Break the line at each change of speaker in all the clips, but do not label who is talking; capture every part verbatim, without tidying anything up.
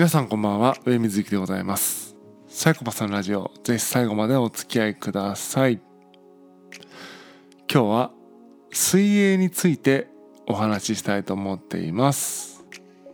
皆さんこんばんは、上水幸でございます。サイコパスのラジオ、ぜひ最後までお付き合いください。今日は水泳についてお話ししたいと思っています。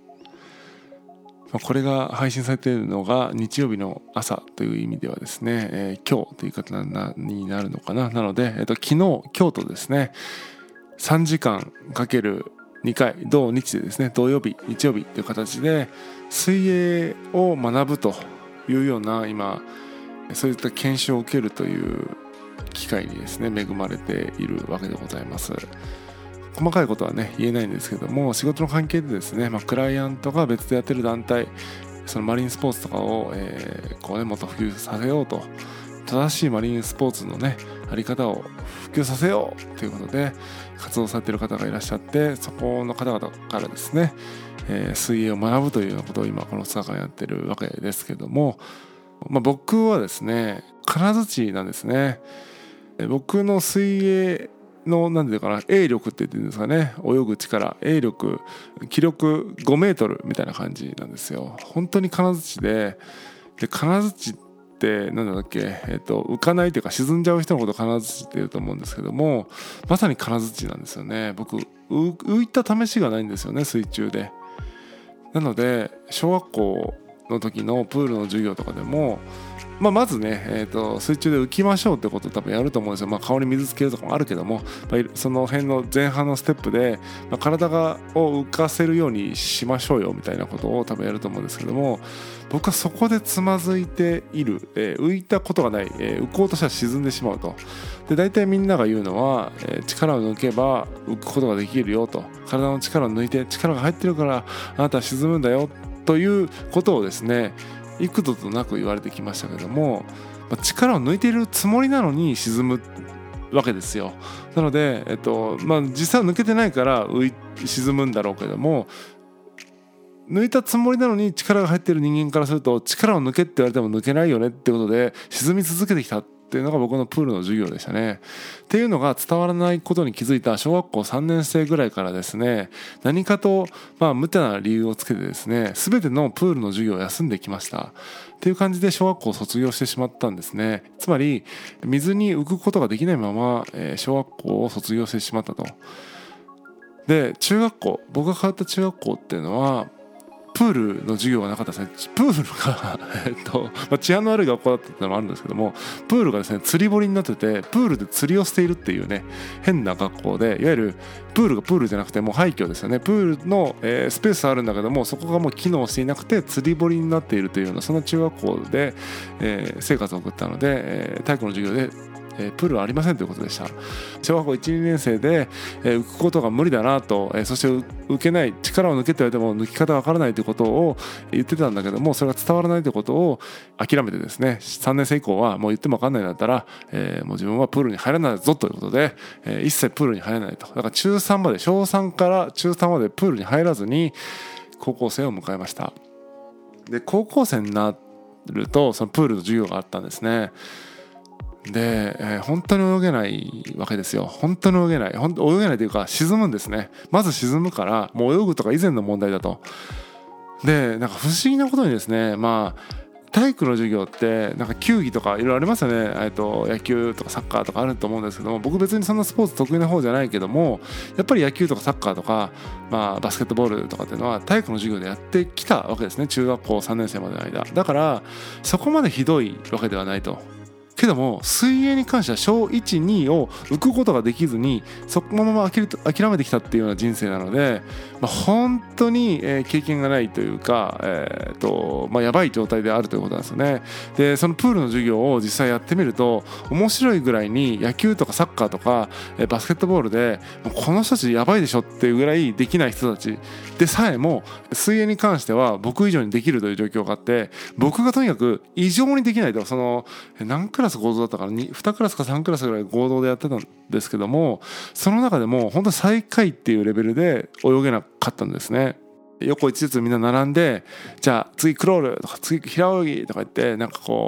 これが配信されているのが日曜日の朝という意味ではですね、えー、今日という言い方になるのかな。なので、えー、と昨日今日とですねさんじかんかけるにかい土日でですね、土曜日日曜日という形で水泳を学ぶというような、今そういった研修を受けるという機会にですね恵まれているわけでございます。細かいことはね言えないんですけども、仕事の関係でですね、まあ、クライアントが別でやってる団体、そのマリンスポーツとかを、えーこうね、もっと普及させようと、正しいマリンスポーツのねあり方を普及させようということで活動されている方がいらっしゃって、そこの方々からですね、えー、水泳を学ぶというようなことを今このふつかかんやってるわけですけども、まあ、僕はですね金槌なんですね。僕の水泳の何ていうかな、泳力って言ってるんですかね、泳ぐ力、泳力、気力ごメートルみたいな感じなんですよ。本当に金槌で、で金槌って何だっけ、えっと浮かないというか沈んじゃう人のことを金槌って言うと思うんですけども、まさに金槌なんですよね。僕浮いた試しがないんですよね、水中で。なので小学校の時のプールの授業とかでも、まあ、まずね、えー、と水中で浮きましょうってことを多分やると思うんですよ。まあ、顔に水つけるとかもあるけども、まあ、その辺の前半のステップで、まあ、体がを浮かせるようにしましょうよみたいなことを多分やると思うんですけども、僕はそこでつまずいている、えー、浮いたことがない、えー、浮こうとしたら沈んでしまうと。で大体みんなが言うのは、えー、力を抜けば浮くことができるよと、体の力を抜いて力が入ってるからあなたは沈むんだよということをですね幾度となく言われてきましたけども、力を抜いているつもりなのに沈むわけですよ。なので、えっとまあ、実際は抜けてないから浮い沈むんだろうけども、抜いたつもりなのに力が入っている人間からすると、力を抜けって言われても抜けないよねってことで沈み続けてきたっていうのが僕のプールの授業でしたね。っていうのが伝わらないことに気づいた小学校さんねん生ぐらいからですね、何かとまあ無茶な理由をつけてですね、全てのプールの授業を休んできましたっていう感じで小学校を卒業してしまったんですね。つまり水に浮くことができないまま小学校を卒業してしまったと。で中学校、僕が通った中学校っていうのはプールの授業がなかったですね。プールがえっと、まあ、治安の悪い学校だったっていうのもあるんですけども、プールがですね釣り堀になってて、プールで釣りをしているっていうね変な学校で、いわゆるプールがプールじゃなくてもう廃墟ですよね。プールの、えー、スペースあるんだけども、そこがもう機能していなくて釣り堀になっているというような、その中学校で、えー、生活を送ったので、えー、体育の授業でえー、プールはありませんということでした。小学校いち、にねん生で、えー、浮くことが無理だなと、えー、そして浮けない、力を抜けって言われても抜き方わからないということを言ってたんだけども、それが伝わらないということを諦めてですね、さんねん生以降はもう言ってもわかんないんだったら、えー、もう自分はプールに入らないぞということで、えー、一切プールに入らないと。だから中さんまで、小さんから中さんまでプールに入らずに高校生を迎えました。で高校生になるとそのプールの授業があったんですね。で、えー、本当に泳げないわけですよ。本当に泳げない、本当泳げないというか沈むんですね。まず沈むから、もう泳ぐとか以前の問題だと。でなんか不思議なことにですね、まあ体育の授業ってなんか球技とかいろいろありますよね。えっと野球とかサッカーとかあると思うんですけども、僕別にそんなスポーツ得意な方じゃないけども、やっぱり野球とかサッカーとか、まあ、バスケットボールとかっていうのは体育の授業でやってきたわけですね、中学校さんねん生までの間。だからそこまでひどいわけではないと。けども水泳に関しては小いち、にを浮くことができずにそのまま諦めてきたっていうような人生なので、まあ、本当に経験がないというか、えーとまあ、やばい状態であるということなんですよね。でそのプールの授業を実際やってみると面白いぐらいに、野球とかサッカーとかバスケットボールでもうこの人たちやばいでしょっていうぐらいできない人たちでさえも水泳に関しては僕以上にできるという状況があって、僕がとにかく異常にできないと。その何クラス合同だったから 2, 2クラスかさんクラスぐらい合同でやってたんですけども、その中でも本当に最下位っていうレベルで泳げなかったんですね。横一列みんな並んで、じゃあ次クロールとか次平泳ぎとか言ってなんかこう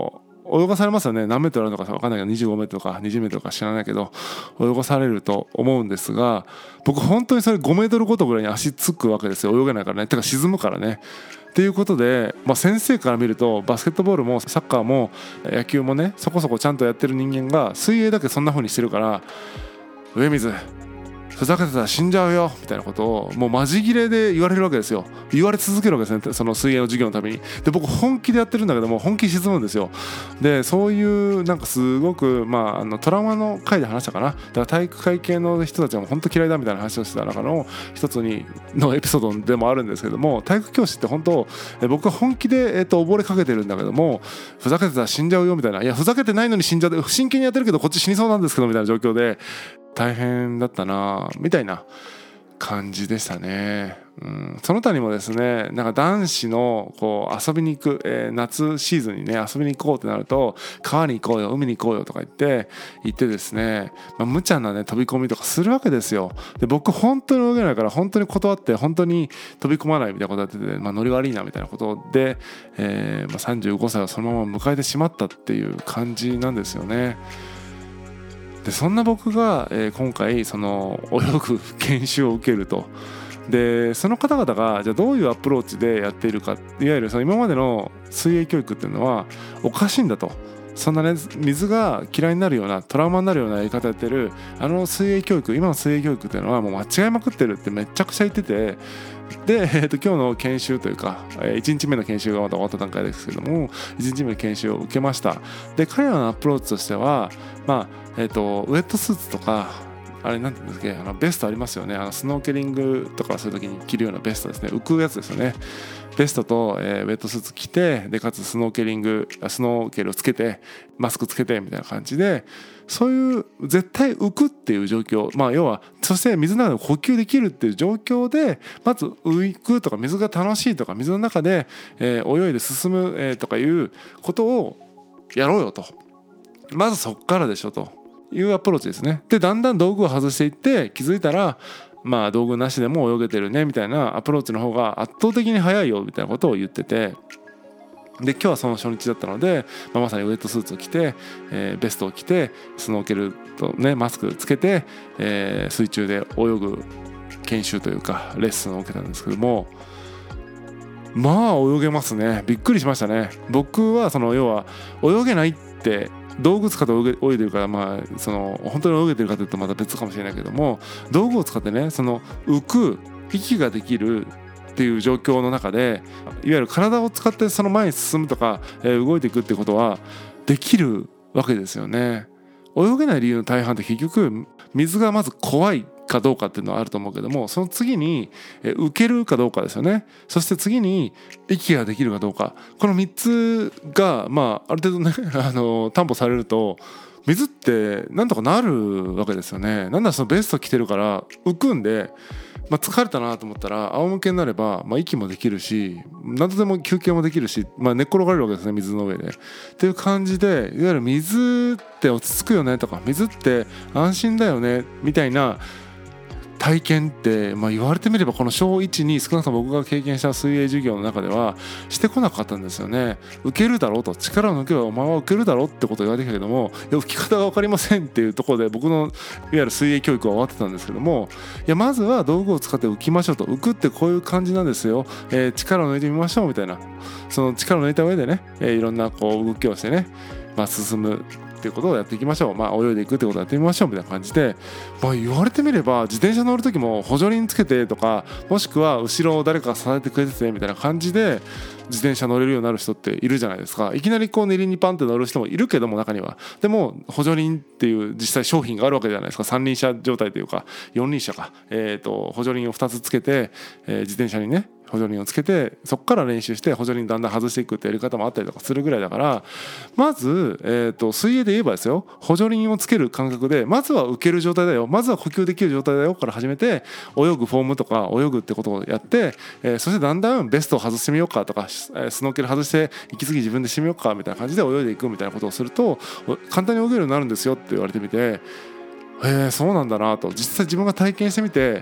泳がされますよね。何メートルあるのか分かんないけどにじゅうごメートルとかにじゅうメートルか知らないけど泳がされると思うんですが、僕本当にそれごメートルごとぐらいに足つくわけですよ。泳げないからね。てか沈むからね。っていうことで、まあ、先生から見るとバスケットボールもサッカーも野球もねそこそこちゃんとやってる人間が水泳だけそんな風にしてるから、上水ふざけてたら死んじゃうよみたいなことをもうマジ切れで言われるわけですよ。言われ続けるわけですね、その水泳の授業のために。で僕本気でやってるんだけども本気で沈むんですよ。でそういうなんかすごく、まあ、あのトラウマの回で話したかな。だから体育会系の人たちはもう本当嫌いだみたいな話をしてた中の一つにのエピソードでもあるんですけども、体育教師って本当え僕は本気で、えっと、溺れかけてるんだけども、ふざけてたら死んじゃうよみたいな、いやふざけてないのに死んじゃう、真剣にやってるけどこっち死にそうなんですけどみたいな状況で大変だったなみたいな感じでしたね。うん、その他にもですね、なんか男子のこう遊びに行く、えー、夏シーズンにね遊びに行こうってなると、川に行こうよ海に行こうよとか言って行ってですね、まあ、無茶なね飛び込みとかするわけですよ。で僕本当に泳げないから本当に断って本当に飛び込まないみたいなことやってて、まあ、ノリ悪いなみたいなことで、えーまあ、さんじゅうごさいをそのまま迎えてしまったっていう感じなんですよね。でそんな僕が、えー、今回その泳ぐ研修を受けると。でその方々がじゃあどういうアプローチでやっているか、いわゆるその今までの水泳教育っていうのはおかしいんだと。そんなね水が嫌いになるようなトラウマになるようなやり方やってるあの水泳教育、今の水泳教育っていうのはもう間違いまくってるってめちゃくちゃ言ってて、で、えー、と今日の研修というかいちにちめの研修がまだ終わった段階ですけども、いちにちめの研修を受けました。で彼らのアプローチとしては、まあえー、とウェットスーツとかあれなんていうんですっけ、あのベストありますよね。あのスノーケリングとかするときに着るようなベストですね。浮くやつですよね。ベストと、えー、ウェットスーツ着て、でかつスノーケリングスノーケルをつけてマスクつけてみたいな感じで、そういう絶対浮くっていう状況、まあ要はそして水の中で呼吸できるっていう状況で、まず浮くとか水が楽しいとか水の中で、えー、泳いで進む、えー、とかいうことをやろうよと。まずそっからでしょというアプローチですね。でだんだん道具を外していって気づいたら、まあ道具なしでも泳げてるねみたいなアプローチの方が圧倒的に速いよみたいなことを言ってて、で今日はその初日だったので、まあ、まさにウェットスーツを着て、えー、ベストを着てスノーケルとねマスクつけて、えー、水中で泳ぐ研修というかレッスンを受けたんですけども、まあ泳げますね。びっくりしましたね。僕はその要は泳げないって道具使って泳いでるから、まあその本当に泳げてるかというとまた別かもしれないけども、道具を使ってねその浮く息ができるっていう状況の中で、いわゆる体を使ってその前に進むとか、えー、動いていくってことはできるわけですよね。泳げない理由の大半って結局水がまず怖いかどうかっていうのはあると思うけども、その次に浮けるかどうかですよね。そして次に息ができるかどうか、このみっつがまあある程度ねあの担保されると水ってなんとかなるわけですよね。なんだそのベスト着てるから浮くんで、まあ、疲れたなと思ったら仰向けになれば、まあ、息もできるし何とでも休憩もできるし、まあ、寝っ転がれるわけですね水の上でっていう感じで、いわゆる水って落ち着くよねとか水って安心だよねみたいな体験って、まあ、言われてみればこの小いちに少なくとも僕が経験した水泳授業の中ではしてこなかったんですよね。受けるだろうと、力を抜けばお前は受けるだろうってことを言われてきたけども、いや受け方が分かりませんっていうところで僕のいわゆる水泳教育は終わってたんですけども、いやまずは道具を使って浮きましょうと、浮くってこういう感じなんですよ、えー、力を抜いてみましょうみたいな、その力を抜いた上でね、えー、いろんなこう動きをしてね、まあ、進むっていうことをやっていきましょう、まあ、泳いでいくってことをやってみましょうみたいな感じで、まあ、言われてみれば自転車乗る時も補助輪つけてとか、もしくは後ろを誰かが支えてくれててみたいな感じで自転車乗れるようになる人っているじゃないですか。いきなりこう二輪にパンって乗る人もいるけども、中にはでも補助輪っていう実際商品があるわけじゃないですか。三輪車状態というか四輪車か、えーと補助輪をふたつつけて、えー、自転車にね補助輪をつけてそこから練習して補助輪だんだん外していくってやり方もあったりとかするぐらいだから、まず、えー、と水泳で言えばですよ、補助輪をつける感覚でまずは浮ける状態だよ、まずは呼吸できる状態だよから始めて泳ぐフォームとか泳ぐってことをやって、えー、そしてだんだんベストを外してみようかとか、スノーケル外して息継ぎ自分でしてみようかみたいな感じで泳いでいくみたいなことをすると簡単に泳げるようになるんですよって言われてみて、へえそうなんだなと、実際自分が体験してみて、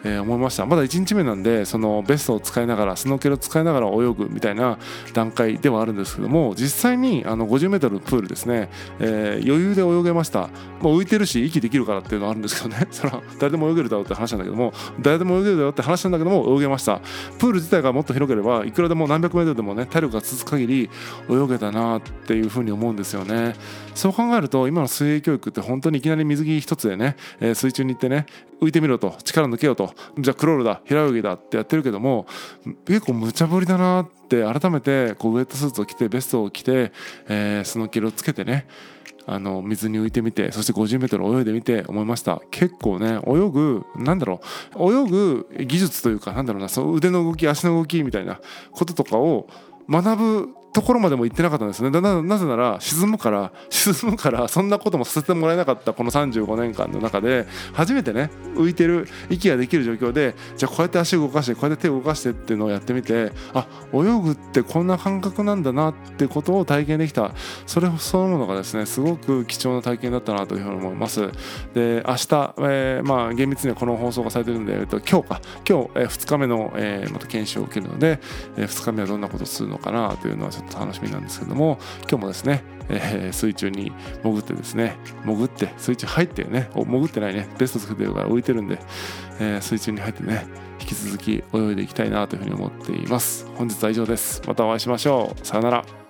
えー、思いました。まだいちにちめなんで、そのベストを使いながらスノーケルを使いながら泳ぐみたいな段階ではあるんですけども、実際にあの ごじゅうメートル のプールですね、えー、余裕で泳げました。まあ、浮いてるし息できるからっていうのはあるんですけどねそれは誰でも泳げるだろうって話なんだけども誰でも泳げるだろうって話なんだけども泳げました。プール自体がもっと広ければいくらでも何百メートルでもね体力が続く限り泳げたなっていうふうに思うんですよね。そう考えると今の水泳教育って本当にいきなり水着一つでね、えー、水中に行ってね浮いてみろと力抜けよとじゃあクロールだ平泳ぎだってやってるけども結構無茶ぶりだなって改めてこうウエットスーツを着てベストを着て、えー、スノーケルをつけてねあの水に浮いてみてそして ごじゅうメートル 泳いでみて思いました。結構ね泳ぐなんだろう泳ぐ技術というかなんだろうなそう腕の動き足の動きみたいなこととかを学ぶところまでも行ってなかったんですね。 な, なぜなら沈むから沈むからそんなこともさせてもらえなかったこのさんじゅうごねんかんの中で初めてね浮いてる息ができる状況でじゃあこうやって足を動かしてこうやって手を動かしてっていうのをやってみてあ泳ぐってこんな感覚なんだなってことを体験できた。それそのものがですねすごく貴重な体験だったなというふうに思います。で明日、えー、まあ厳密にはこの放送がされてるんで、えっと、今日か今日、えー、ふつかめの、えー、また研修を受けるので、えー、ふつかめはどんなことをするのかなというのはちょっと楽しみなんですけども今日もですね、えー、水中に潜ってですね潜って水中入ってね潜ってないねベストつけてるから浮いてるんで、えー、水中に入ってね引き続き泳いでいきたいなというふうに思っています。本日は以上です。またお会いしましょう。さよなら。